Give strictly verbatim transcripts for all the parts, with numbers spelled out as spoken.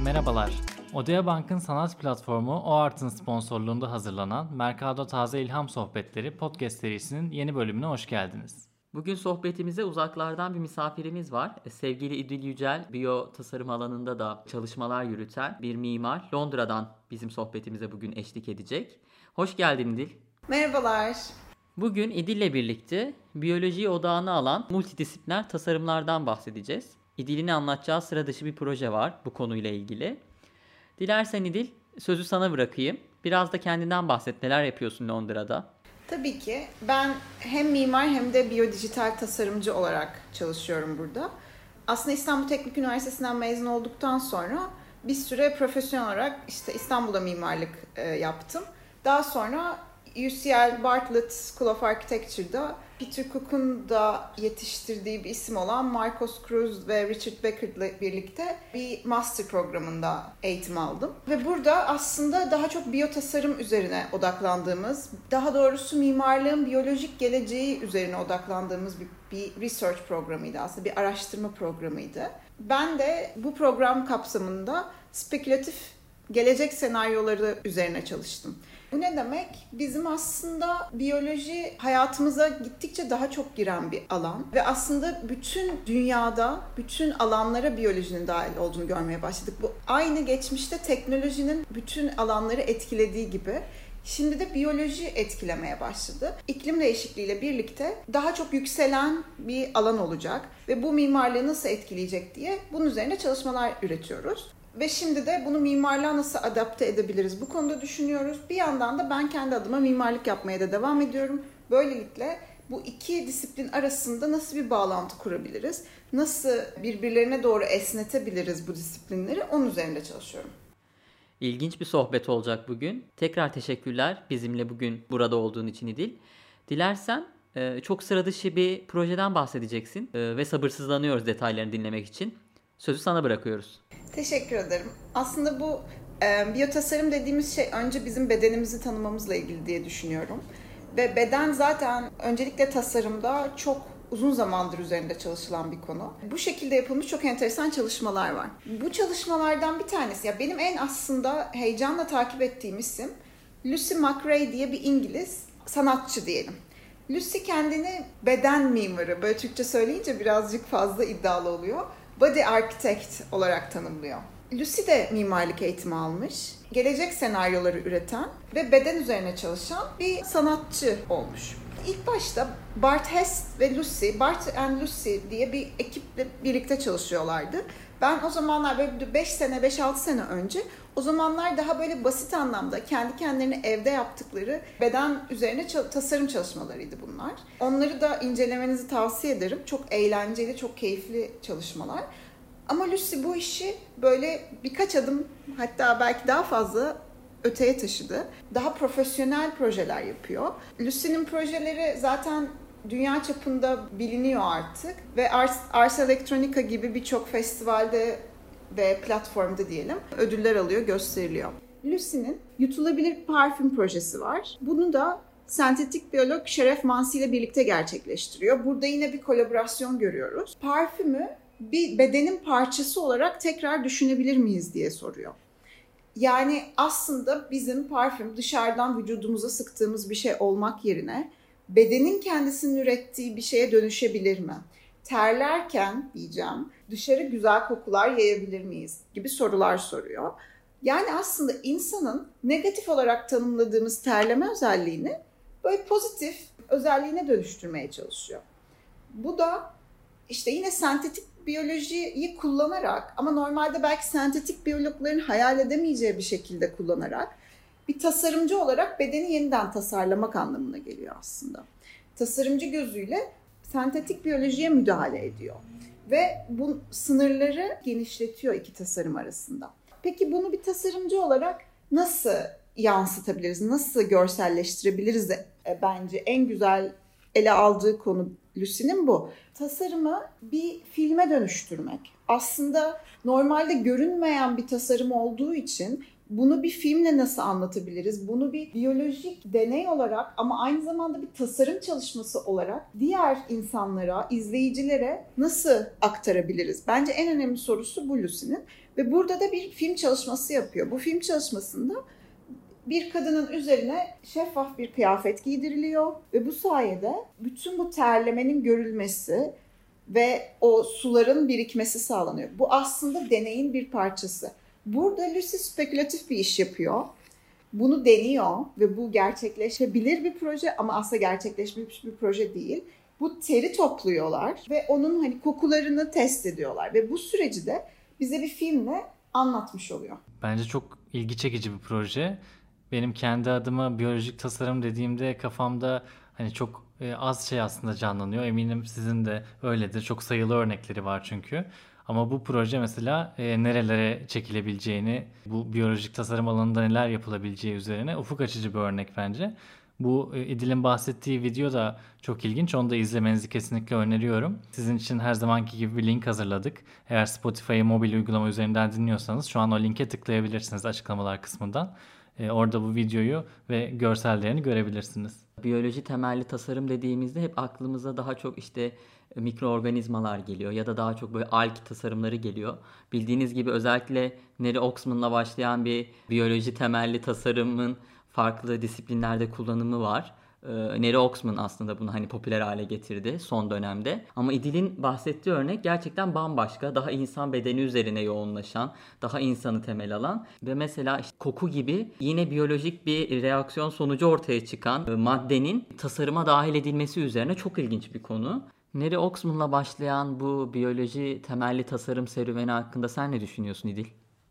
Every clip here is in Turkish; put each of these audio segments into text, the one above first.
Merhabalar. Odea Bank'ın sanat platformu OART'ın sponsorluğunda hazırlanan Mercado Taze İlham Sohbetleri podcast serisinin yeni bölümüne hoş geldiniz. Bugün sohbetimize uzaklardan bir misafirimiz var. Sevgili İdil Yücel, biyo tasarım alanında da çalışmalar yürüten bir mimar. Londra'dan bizim sohbetimize bugün eşlik edecek. Hoş geldin İdil. Merhabalar. Bugün İdil'le birlikte biyolojiyi odağına alan multidisipliner tasarımlardan bahsedeceğiz. İdil'in anlatacağı sıra dışı bir proje var bu konuyla ilgili. Dilersen İdil, sözü sana bırakayım. Biraz da kendinden bahset. Neler yapıyorsun Londra'da? Tabii ki. Ben hem mimar hem de biyodijital tasarımcı olarak çalışıyorum burada. Aslında İstanbul Teknik Üniversitesi'nden mezun olduktan sonra bir süre profesyonel olarak işte İstanbul'da mimarlık e, yaptım. Daha sonra U C L Bartlett School of Architecture'da Peter Cook'un da yetiştirdiği bir isim olan Marcos Cruz ve Richard Becker'la birlikte bir master programında eğitim aldım. Ve burada aslında daha çok biyotasarım üzerine odaklandığımız, daha doğrusu mimarlığın biyolojik geleceği üzerine odaklandığımız bir, bir research programıydı aslında, bir araştırma programıydı. Ben de bu program kapsamında spekülatif gelecek senaryoları üzerine çalıştım. Bu ne demek? Bizim aslında biyoloji hayatımıza gittikçe daha çok giren bir alan ve aslında bütün dünyada, bütün alanlara biyolojinin dahil olduğunu görmeye başladık. Bu aynı geçmişte teknolojinin bütün alanları etkilediği gibi şimdi de biyoloji etkilemeye başladı. İklim değişikliğiyle birlikte daha çok yükselen bir alan olacak ve bu mimarlığı nasıl etkileyecek diye bunun üzerine çalışmalar üretiyoruz. Ve şimdi de bunu mimarlığa nasıl adapte edebiliriz? Bu konuda düşünüyoruz. Bir yandan da ben kendi adıma mimarlık yapmaya da devam ediyorum. Böylelikle bu iki disiplin arasında nasıl bir bağlantı kurabiliriz? Nasıl birbirlerine doğru esnetebiliriz bu disiplinleri? Onun üzerinde çalışıyorum. İlginç bir sohbet olacak bugün. Tekrar teşekkürler bizimle bugün burada olduğun için İdil. Dilersen çok sıra dışı bir projeden bahsedeceksin ve sabırsızlanıyoruz detaylarını dinlemek için. Sözü sana bırakıyoruz. Teşekkür ederim. Aslında bu e, biyotasarım dediğimiz şey önce bizim bedenimizi tanımamızla ilgili diye düşünüyorum. Ve beden zaten öncelikle tasarımda çok uzun zamandır üzerinde çalışılan bir konu. Bu şekilde yapılmış çok enteresan çalışmalar var. Bu çalışmalardan bir tanesi, ya benim en aslında heyecanla takip ettiğim isim Lucy McRae diye bir İngiliz sanatçı diyelim. Lucy kendini beden mimarı, böyle Türkçe söyleyince birazcık fazla iddialı oluyor. Body Architect olarak tanımlıyor. Lucy de mimarlık eğitimi almış, gelecek senaryoları üreten ve beden üzerine çalışan bir sanatçı olmuş. İlk başta Bart Hess ve Lucy, Bart and Lucy diye bir ekiple birlikte çalışıyorlardı. Ben o zamanlar böyle beş sene, beş altı sene önce, o zamanlar daha böyle basit anlamda kendi kendilerine evde yaptıkları beden üzerine tasarım çalışmalarıydı bunlar. Onları da incelemenizi tavsiye ederim. Çok eğlenceli, çok keyifli çalışmalar. Ama Lucy bu işi böyle birkaç adım, hatta belki daha fazla öteye taşıdı. Daha profesyonel projeler yapıyor. Lucy'nin projeleri zaten dünya çapında biliniyor artık ve Ars, Ars Electronica gibi birçok festivalde ve platformda diyelim ödüller alıyor, gösteriliyor. Lucy'nin yutulabilir parfüm projesi var. Bunu da sentetik biyolog Şeref Mansi ile birlikte gerçekleştiriyor. Burada yine bir kolaborasyon görüyoruz. Parfümü bir bedenin parçası olarak tekrar düşünebilir miyiz diye soruyor. Yani aslında bizim parfüm dışarıdan vücudumuza sıktığımız bir şey olmak yerine bedenin kendisinin ürettiği bir şeye dönüşebilir mi? Terlerken diyeceğim, dışarı güzel kokular yayabilir miyiz gibi sorular soruyor. Yani aslında insanın negatif olarak tanımladığımız terleme özelliğini böyle pozitif özelliğine dönüştürmeye çalışıyor. Bu da işte yine sentetik biyolojiyi kullanarak, ama normalde belki sentetik biyologların hayal edemeyeceği bir şekilde kullanarak bir tasarımcı olarak bedeni yeniden tasarlamak anlamına geliyor aslında. Tasarımcı gözüyle sentetik biyolojiye müdahale ediyor ve bu sınırları genişletiyor iki tasarım arasında. Peki bunu bir tasarımcı olarak nasıl yansıtabiliriz, nasıl görselleştirebiliriz de e, bence en güzel ele aldığı konu Lucy'nin bu. Tasarımı bir filme dönüştürmek. Aslında normalde görünmeyen bir tasarım olduğu için Bunu bir filmle nasıl anlatabiliriz? Bunu bir biyolojik deney olarak ama aynı zamanda bir tasarım çalışması olarak diğer insanlara, izleyicilere nasıl aktarabiliriz? Bence en önemli sorusu bu Lucy'nin. Ve burada da bir film çalışması yapıyor. Bu film çalışmasında bir kadının üzerine şeffaf bir kıyafet giydiriliyor ve bu sayede bütün bu terlemenin görülmesi ve o suların birikmesi sağlanıyor. Bu aslında deneyin bir parçası. Burada Lucy spekülatif bir iş yapıyor. Bunu deniyor ve bu gerçekleşebilir bir proje ama aslında gerçekleşmiş bir proje değil. Bu teri topluyorlar ve onun hani kokularını test ediyorlar ve bu süreci de bize bir filmle anlatmış oluyor. Bence çok ilgi çekici bir proje. Benim kendi adıma biyolojik tasarım dediğimde kafamda hani çok e, az şey aslında canlanıyor. Eminim sizin de öyledir. Çok sayılı örnekleri var çünkü. Ama bu proje mesela e, nerelere çekilebileceğini, bu biyolojik tasarım alanında neler yapılabileceği üzerine ufuk açıcı bir örnek bence. Bu e, İdil'in bahsettiği video da çok ilginç. Onu da izlemenizi kesinlikle öneriyorum. Sizin için her zamanki gibi bir link hazırladık. Eğer Spotify'ı mobil uygulama üzerinden dinliyorsanız şu an o linke tıklayabilirsiniz açıklamalar kısmından. E, orada bu videoyu ve görsellerini görebilirsiniz. Biyoloji temelli tasarım dediğimizde hep aklımıza daha çok işte mikroorganizmalar geliyor ya da daha çok böyle alg tasarımları geliyor. Bildiğiniz gibi özellikle Neri Oxman'la başlayan bir biyoloji temelli tasarımın farklı disiplinlerde kullanımı var. Ee, Neri Oxman aslında bunu hani popüler hale getirdi son dönemde. Ama İdil'in bahsettiği örnek gerçekten bambaşka. Daha insan bedeni üzerine yoğunlaşan, daha insanı temel alan ve mesela işte koku gibi yine biyolojik bir reaksiyon sonucu ortaya çıkan maddenin tasarıma dahil edilmesi üzerine çok ilginç bir konu. Neri Oxman'la başlayan bu biyoloji temelli tasarım serüveni hakkında sen ne düşünüyorsun İdil?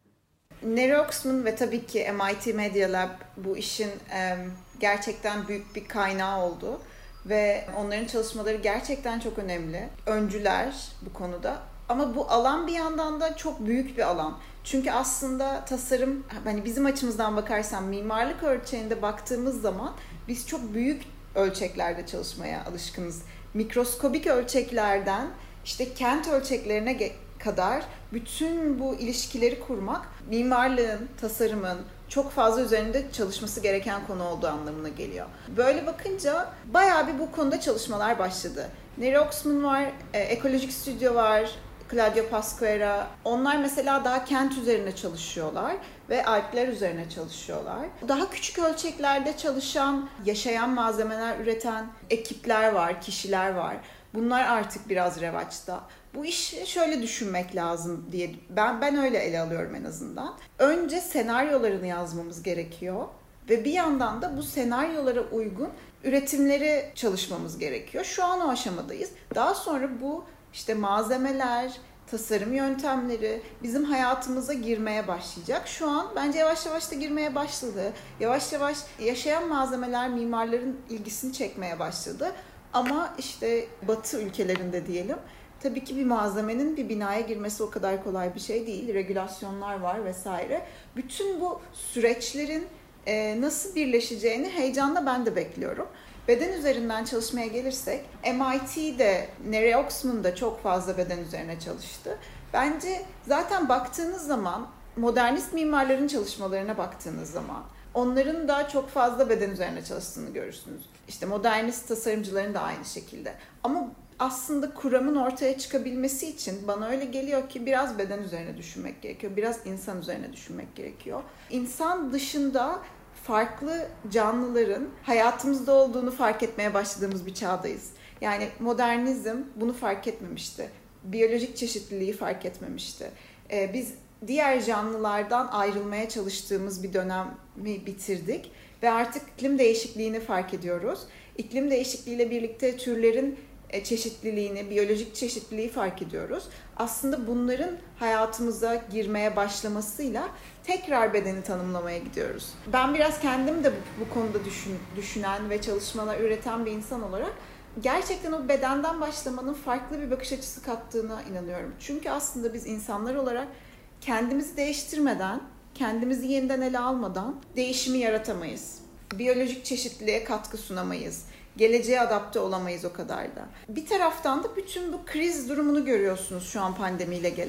Neri Oxman ve tabii ki M I T Media Lab bu işin e, gerçekten büyük bir kaynağı oldu. Ve onların çalışmaları gerçekten çok önemli. Öncüler bu konuda. Ama bu alan bir yandan da çok büyük bir alan. Çünkü aslında tasarım, hani bizim açımızdan bakarsan mimarlık ölçeğinde baktığımız zaman biz çok büyük ölçeklerde çalışmaya alışkınız. Mikroskobik ölçeklerden işte kent ölçeklerine kadar bütün bu ilişkileri kurmak mimarlığın, tasarımın çok fazla üzerinde çalışması gereken konu olduğu anlamına geliyor. Böyle bakınca bayağı bir bu konuda çalışmalar başladı. Neri Oxman var, e, Ekolojik Stüdyo var, Claudio Pasquera. Onlar mesela daha kent üzerine çalışıyorlar ve algler üzerine çalışıyorlar. Daha küçük ölçeklerde çalışan, yaşayan malzemeler üreten ekipler var, kişiler var. Bunlar artık biraz revaçta. Bu işi şöyle düşünmek lazım diye ben ben öyle ele alıyorum en azından. Önce senaryolarını yazmamız gerekiyor ve bir yandan da bu senaryolara uygun üretimleri çalışmamız gerekiyor. Şu an o aşamadayız. Daha sonra bu işte malzemeler, tasarım yöntemleri bizim hayatımıza girmeye başlayacak. Şu an bence yavaş yavaş da girmeye başladı. Yavaş yavaş yaşayan malzemeler mimarların ilgisini çekmeye başladı. Ama işte Batı ülkelerinde diyelim, tabii ki bir malzemenin bir binaya girmesi o kadar kolay bir şey değil. Regülasyonlar var vesaire. Bütün bu süreçlerin e, nasıl birleşeceğini heyecanla ben de bekliyorum. Beden üzerinden çalışmaya gelirsek, M I T'de, Neri Oxman da çok fazla beden üzerine çalıştı. Bence zaten baktığınız zaman, modernist mimarların çalışmalarına baktığınız zaman, onların da çok fazla beden üzerine çalıştığını görürsünüz. İşte modernist tasarımcıların da aynı şekilde. Ama aslında kuramın ortaya çıkabilmesi için bana öyle geliyor ki biraz beden üzerine düşünmek gerekiyor. Biraz insan üzerine düşünmek gerekiyor. İnsan dışında farklı canlıların hayatımızda olduğunu fark etmeye başladığımız bir çağdayız. Yani modernizm bunu fark etmemişti. Biyolojik çeşitliliği fark etmemişti. Ee, biz diğer canlılardan ayrılmaya çalıştığımız bir dönemi bitirdik ve artık iklim değişikliğini fark ediyoruz. İklim değişikliğiyle birlikte türlerin çeşitliliğini, biyolojik çeşitliliği fark ediyoruz. Aslında bunların hayatımıza girmeye başlamasıyla tekrar bedeni tanımlamaya gidiyoruz. Ben biraz kendim de bu, bu konuda düşün, düşünen ve çalışmalar üreten bir insan olarak gerçekten o bedenden başlamanın farklı bir bakış açısı kattığına inanıyorum. Çünkü aslında biz insanlar olarak kendimizi değiştirmeden, kendimizi yeniden ele almadan değişimi yaratamayız. Biyolojik çeşitliliğe katkı sunamayız. Geleceğe adapte olamayız o kadar da. Bir taraftan da bütün bu kriz durumunu görüyorsunuz şu an pandemiyle gelen.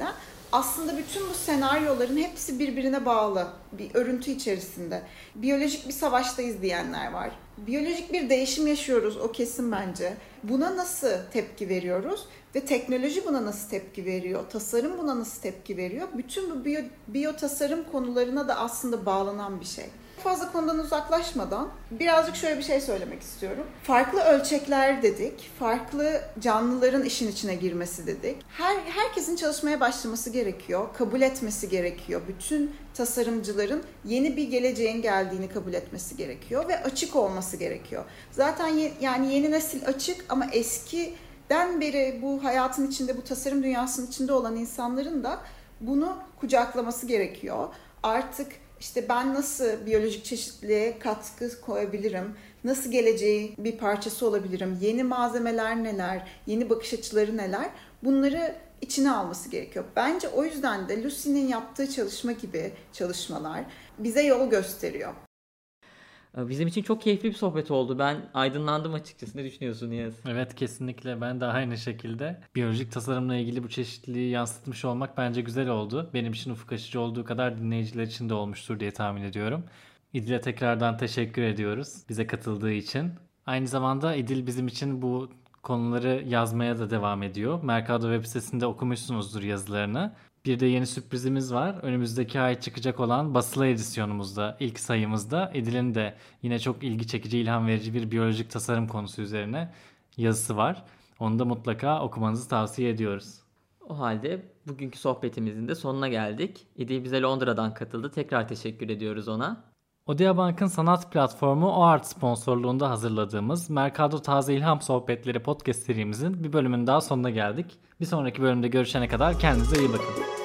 Aslında bütün bu senaryoların hepsi birbirine bağlı bir örüntü içerisinde. Biyolojik bir savaştayız diyenler var. Biyolojik bir değişim yaşıyoruz, o kesin bence. Buna nasıl tepki veriyoruz ve teknoloji buna nasıl tepki veriyor, tasarım buna nasıl tepki veriyor? Bütün bu biyo, biyotasarım konularına da aslında bağlanan bir şey. Fazla konudan uzaklaşmadan birazcık şöyle bir şey söylemek istiyorum. Farklı ölçekler dedik, farklı canlıların işin içine girmesi dedik. Her herkesin çalışmaya başlaması gerekiyor, kabul etmesi gerekiyor. Bütün tasarımcıların yeni bir geleceğin geldiğini kabul etmesi gerekiyor ve açık olması gerekiyor. Zaten ye, yani yeni nesil açık ama eskiden beri bu hayatın içinde, bu tasarım dünyasının içinde olan insanların da bunu kucaklaması gerekiyor. Artık İşte ben nasıl biyolojik çeşitliliğe katkı koyabilirim, nasıl geleceğin bir parçası olabilirim, yeni malzemeler neler, yeni bakış açıları neler, bunları içine alması gerekiyor. Bence o yüzden de Lucy'nin yaptığı çalışma gibi çalışmalar bize yol gösteriyor. Bizim için çok keyifli bir sohbet oldu. Ben aydınlandım açıkçası. Ne düşünüyorsun Niyaz? Evet, kesinlikle ben de aynı şekilde. Biyolojik tasarımla ilgili bu çeşitliliği yansıtmış olmak bence güzel oldu. Benim için ufuk açıcı olduğu kadar dinleyiciler için de olmuştur diye tahmin ediyorum. İdil'e tekrardan teşekkür ediyoruz bize katıldığı için. Aynı zamanda İdil bizim için bu konuları yazmaya da devam ediyor. Mercado web sitesinde okumuşsunuzdur yazılarını. Bir de yeni sürprizimiz var. Önümüzdeki ay çıkacak olan basılı edisyonumuzda, ilk sayımızda İdil'in de yine çok ilgi çekici, ilham verici bir biyolojik tasarım konusu üzerine yazısı var. Onu da mutlaka okumanızı tavsiye ediyoruz. O halde bugünkü sohbetimizin de sonuna geldik. İdil bize Londra'dan katıldı. Tekrar teşekkür ediyoruz ona. Odea Bank'ın sanat platformu OART sponsorluğunda hazırladığımız Mercado Taze İlham Sohbetleri podcast serimizin bir bölümünün daha sonuna geldik. Bir sonraki bölümde görüşene kadar kendinize iyi bakın.